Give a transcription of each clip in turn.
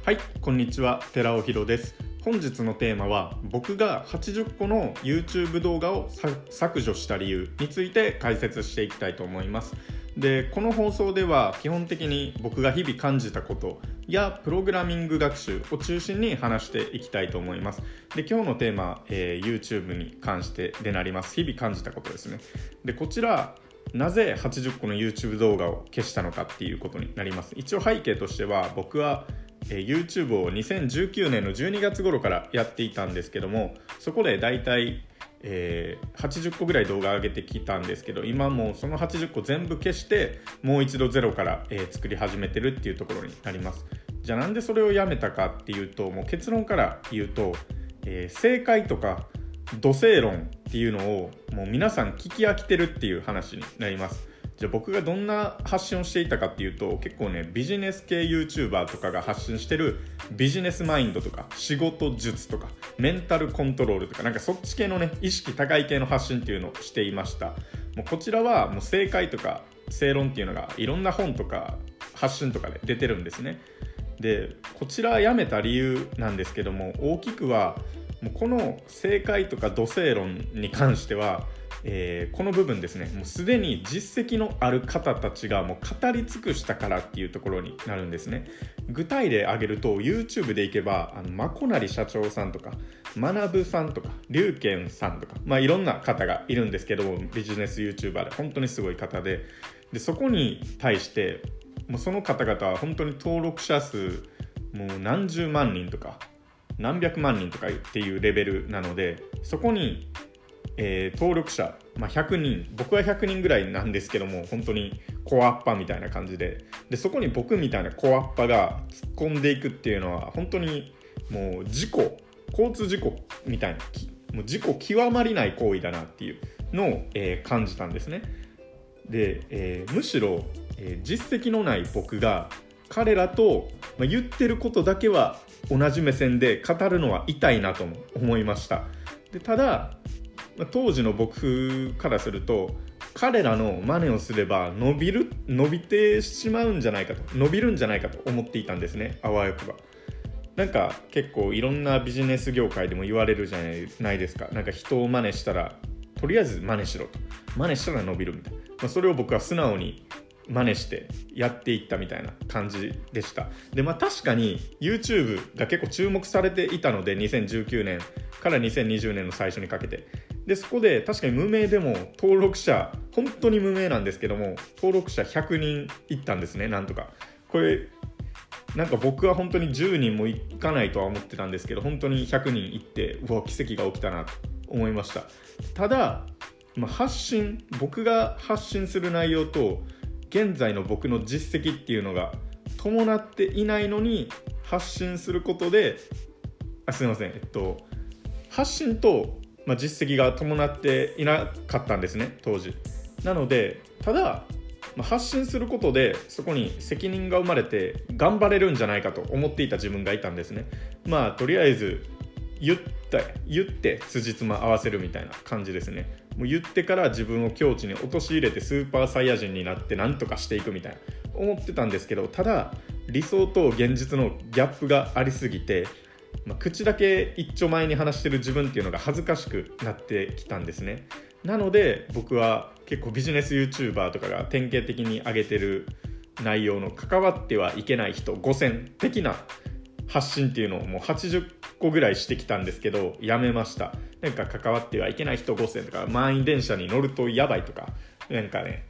はい、こんにちは、寺尾ひろです。本日のテーマは僕が80個の YouTube 動画を削除した理由について解説していきたいと思います。で、この放送では基本的に僕が日々感じたことやプログラミング学習を中心に話していきたいと思います。で、今日のテーマ、YouTube に関してでなります。日々感じたことですね。で、こちらなぜ80個の YouTube 動画を消したのかっていうことになります。一応背景としては僕はYouTube を2019年の12月頃からやっていたんですけども、そこでだいたい80個ぐらい動画上げてきたんですけど、今もうその80個全部消してもう一度ゼロから、作り始めてるっていうところになります。じゃあなんでそれをやめたかっていうと、もう結論から言うと、正解とか土星論っていうのをもう皆さん聞き飽きてるっていう話になります。じゃあ僕がどんな発信をしていたかっていうと、結構ねビジネス系 YouTuber とかが発信してるビジネスマインドとか仕事術とかメンタルコントロールとか、なんかそっち系のね意識高い系の発信っていうのをしていました。もうこちらはもう正解とか正論っていうのがいろんな本とか発信とかで出てるんですね。で、こちらやめた理由なんですけども、大きくはもうこの正解とか土星論に関してはこの部分ですね、もうすでに実績のある方たちがもう語り尽くしたからっていうところになるんですね。具体例挙げると YouTube でいけばまこなり社長さんとか学さんとか龍賢さんとか、いろんな方がいるんですけども、ビジネス YouTuber で本当にすごい方で、そこに対してもうその方々は本当に登録者数もう何十万人とか何百万人とかっていうレベルなので、そこに登録者、100人、僕は100人ぐらいなんですけども、本当にコアッパみたいな感じで、そこに僕みたいなコアッパが突っ込んでいくっていうのは本当にもう交通事故みたいな、もう事故極まりない行為だなっていうのを、感じたんですね。で、むしろ、実績のない僕が彼らと、言ってることだけは同じ目線で語るのは痛いなとも思いました。で、ただ当時の僕からすると、彼らの真似をすれば伸びてしまうんじゃないかと、伸びるんじゃないかと思っていたんですね、あわよくば。なんか結構いろんなビジネス業界でも言われるじゃないですか。なんか人を真似したらとりあえず真似しろと、真似したら伸びるみたいな、それを僕は素直に真似してやっていったみたいな感じでした。で、確かに YouTube が結構注目されていたので、2019年から2020年の最初にかけて、でそこで確かに無名でも登録者、本当に無名なんですけども、登録者100人いったんですね、なんとか。これなんか僕は本当に10人もいかないとは思ってたんですけど、本当に100人いって、うわ、奇跡が起きたなと思いました。ただ、僕が発信する内容と現在の僕の実績っていうのが伴っていないのに発信することで、すいません、発信と、実績が伴っていなかったんですね、当時。なので、ただ、発信することでそこに責任が生まれて頑張れるんじゃないかと思っていた自分がいたんですね。とりあえず言って辻褄合わせるみたいな感じですね。もう言ってから自分を境地に陥れてスーパーサイヤ人になって何とかしていくみたいな思ってたんですけど、ただ理想と現実のギャップがありすぎて、口だけ一丁前に話してる自分っていうのが恥ずかしくなってきたんですね。なので僕は結構ビジネス YouTuber とかが典型的に上げてる内容の関わってはいけない人5000的な発信っていうのをもう80個ぐらいしてきたんですけど、やめました。なんか関わってはいけない人5000とか、満員電車に乗るとやばいとか、なんかね、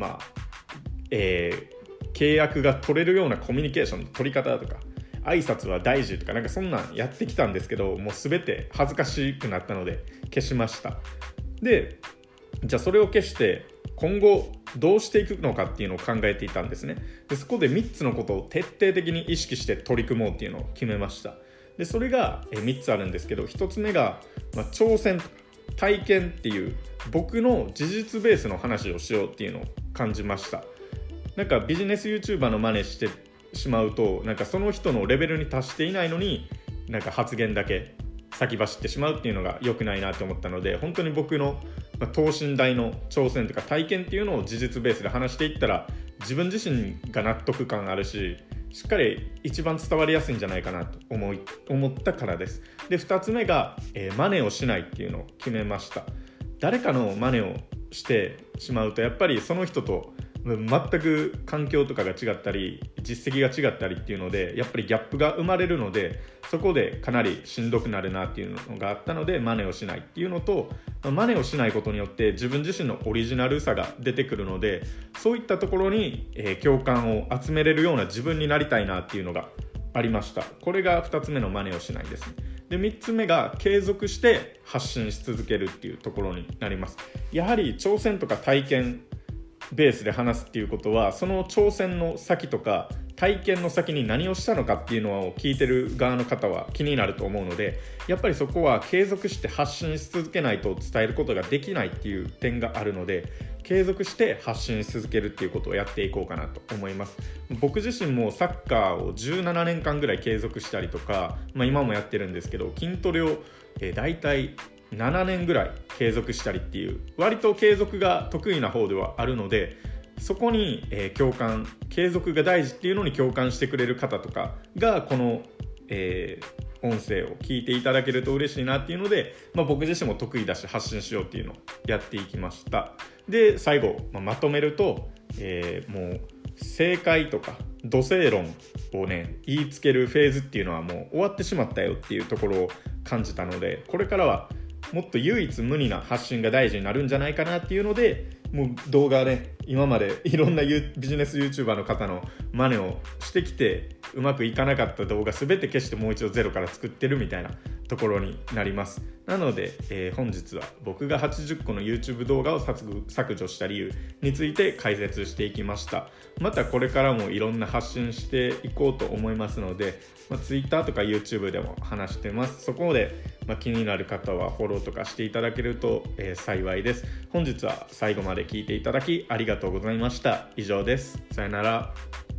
契約が取れるようなコミュニケーションの取り方とか、挨拶は大事とか、なんかそんなんやってきたんですけど、もう全て恥ずかしくなったので消しました。で、じゃあそれを消して今後どうしていくのかっていうのを考えていたんですね。で、そこで3つのことを徹底的に意識して取り組もうっていうのを決めました。で、それが3つあるんですけど、1つ目が、挑戦とか体験っていう僕の事実ベースの話をしようっていうのを感じました。なんかビジネス YouTuber の真似してしまうと、なんかその人のレベルに達していないのになんか発言だけ先走ってしまうっていうのが良くないなと思ったので、本当に僕の等身大の挑戦とか体験っていうのを事実ベースで話していったら自分自身が納得感あるし、 しっかり一番伝わりやすいんじゃないかなと思ったからです。で2つ目が、真似をしないっていうのを決めました。誰かの真似をしてしまうとやっぱりその人と全く環境とかが違ったり実績が違ったりっていうのでやっぱりギャップが生まれるので、そこでかなりしんどくなるなっていうのがあったので真似をしないっていうのと、真似をしないことによって自分自身のオリジナルさが出てくるので、そういったところに共感を集めれるような自分になりたいなっていうのがありました。これが2つ目の真似をしないですね。で3つ目が継続して発信し続けるっていうところになります。やはり挑戦とか体験ベースで話すっていうことは、その挑戦の先とか体験の先に何をしたのかっていうのを聞いてる側の方は気になると思うので、やっぱりそこは継続して発信し続けないと伝えることができないっていう点があるので、継続して発信し続けるっていうことをやっていこうかなと思います。僕自身もサッカーを17年間ぐらい継続したりとか、今もやってるんですけど、筋トレをだいたい7年ぐらい継続したりっていう、割と継続が得意な方ではあるので、そこに共感、継続が大事っていうのに共感してくれる方とかがこの音声を聞いていただけると嬉しいなっていうので、僕自身も得意だし発信しようっていうのをやっていきました。で最後、まとめると、もう正解とか土星論をね言いつけるフェーズっていうのはもう終わってしまったよっていうところを感じたので、これからはもっと唯一無二な発信が大事になるんじゃないかなっていうので、もう動画ね、今までいろんなビジネス YouTuber の方の真似をしてきてうまくいかなかった動画全て消してもう一度ゼロから作ってるみたいなところになります。なので、本日は僕が80個の YouTube 動画を削除した理由について解説していきました。またこれからもいろんな発信していこうと思いますので、Twitter とか YouTube でも話してます。そこで、気になる方はフォローとかしていただけると、幸いです。本日は最後まで聞いていただきありがとうございました。以上です。さよなら。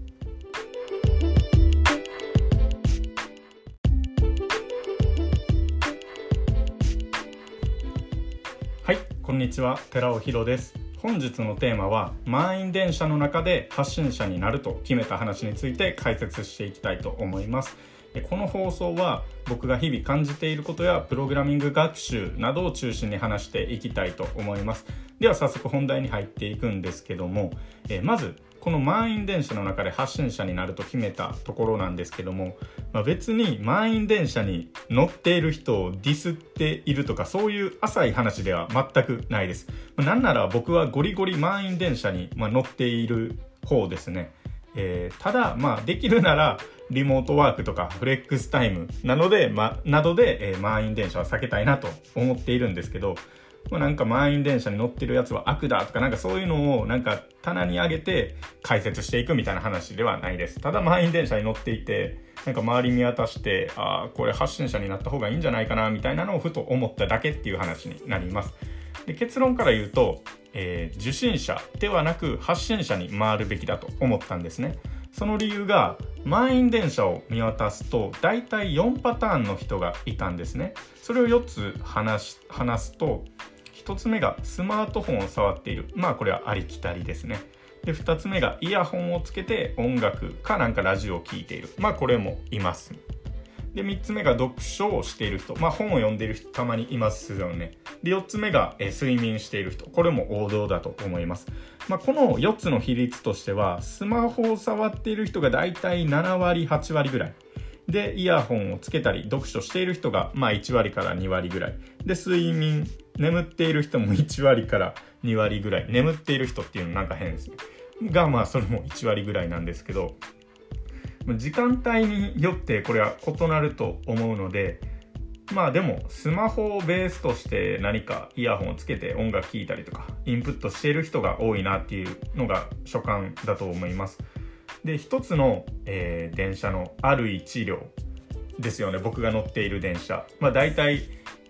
はい、こんにちは、寺尾博です。本日のテーマは満員電車の中で発信者になると決めた話について解説していきたいと思います。この放送は僕が日々感じていることやプログラミング学習などを中心に話していきたいと思います。では早速本題に入っていくんですけども、まずこの満員電車の中で発信者になると決めたところなんですけども、別に満員電車に乗っている人をディスっているとかそういう浅い話では全くないです。なんなら僕はゴリゴリ満員電車に乗っている方ですね。ただできるならリモートワークとかフレックスタイムなどで、満員電車は避けたいなと思っているんですけど、なんか満員電車に乗ってるやつは悪だとかなんかそういうのをなんか棚に上げて解説していくみたいな話ではないです。ただ満員電車に乗っていてなんか周り見渡してこれ発信者になった方がいいんじゃないかなみたいなのをふと思っただけっていう話になります。で結論から言うと、受信者ではなく発信者に回るべきだと思ったんですね。その理由が満員電車を見渡すとだいたい4パターンの人がいたんですね。それを4つ話すと、1つ目がスマートフォンを触っている、これはありきたりですね。で2つ目がイヤホンをつけて音楽かなんかラジオを聞いている、これもいます。で3つ目が読書をしている人、本を読んでいる人たまにいますよね。で4つ目が、睡眠している人、これも王道だと思います。この4つの比率としてはスマホを触っている人がだいたい7割8割ぐらいで、イヤホンをつけたり読書している人が1割から2割ぐらいで、睡眠眠っている人も1割から2割ぐらい、眠っている人っていうのなんか変ですねがそれも1割ぐらいなんですけど、時間帯によってこれは異なると思うので、でもスマホをベースとして何かイヤホンをつけて音楽聴いたりとかインプットしている人が多いなっていうのが所感だと思います。で一つの、電車のある1両ですよね。僕が乗っている電車、だいたい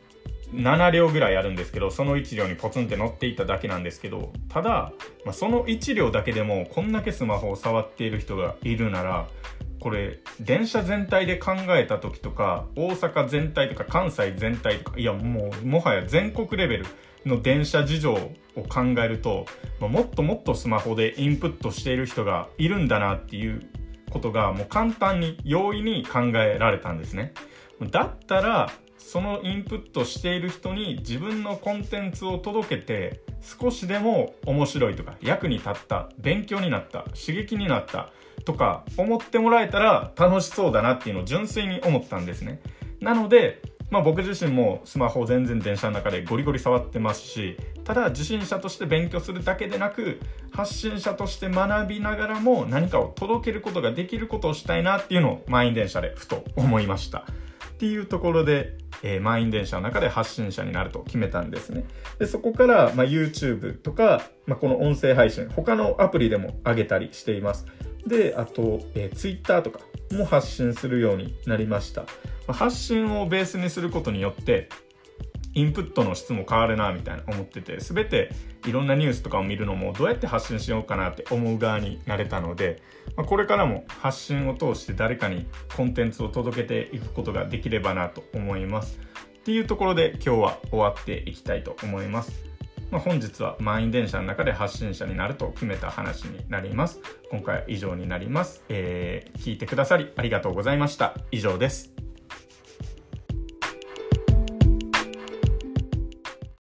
7両ぐらいあるんですけど、その1両にポツンって乗っていただけなんですけど、ただ、その1両だけでもこんだけスマホを触っている人がいるなら、これ電車全体で考えた時とか大阪全体とか関西全体とか、もはや全国レベルの電車事情を考えると、もっともっとスマホでインプットしている人がいるんだなっていうことがもう簡単に容易に考えられたんですね。だったらそのインプットしている人に自分のコンテンツを届けて、少しでも面白いとか役に立った、勉強になった、刺激になったとか思ってもらえたら楽しそうだなっていうのを純粋に思ったんですね。なので僕自身もスマホ全然電車の中でゴリゴリ触ってますし、ただ受信者として勉強するだけでなく発信者として学びながらも何かを届けることができることをしたいなっていうのを満員電車でふと思いましたっていうところで、満員電車の中で発信者になると決めたんですね。でそこから、YouTube とか、この音声配信他のアプリでも上げたりしています。であと、Twitter とかも発信するようになりました。発信をベースにすることによってインプットの質も変わるなみたいな思ってて、全ていろんなニュースとかを見るのもどうやって発信しようかなって思う側になれたので、これからも発信を通して誰かにコンテンツを届けていくことができればなと思いますっていうところで、今日は終わっていきたいと思います。本日は満員電車の中で発信者になると決めた話になります。今回は以上になります。聞いてくださりありがとうございました。以上です。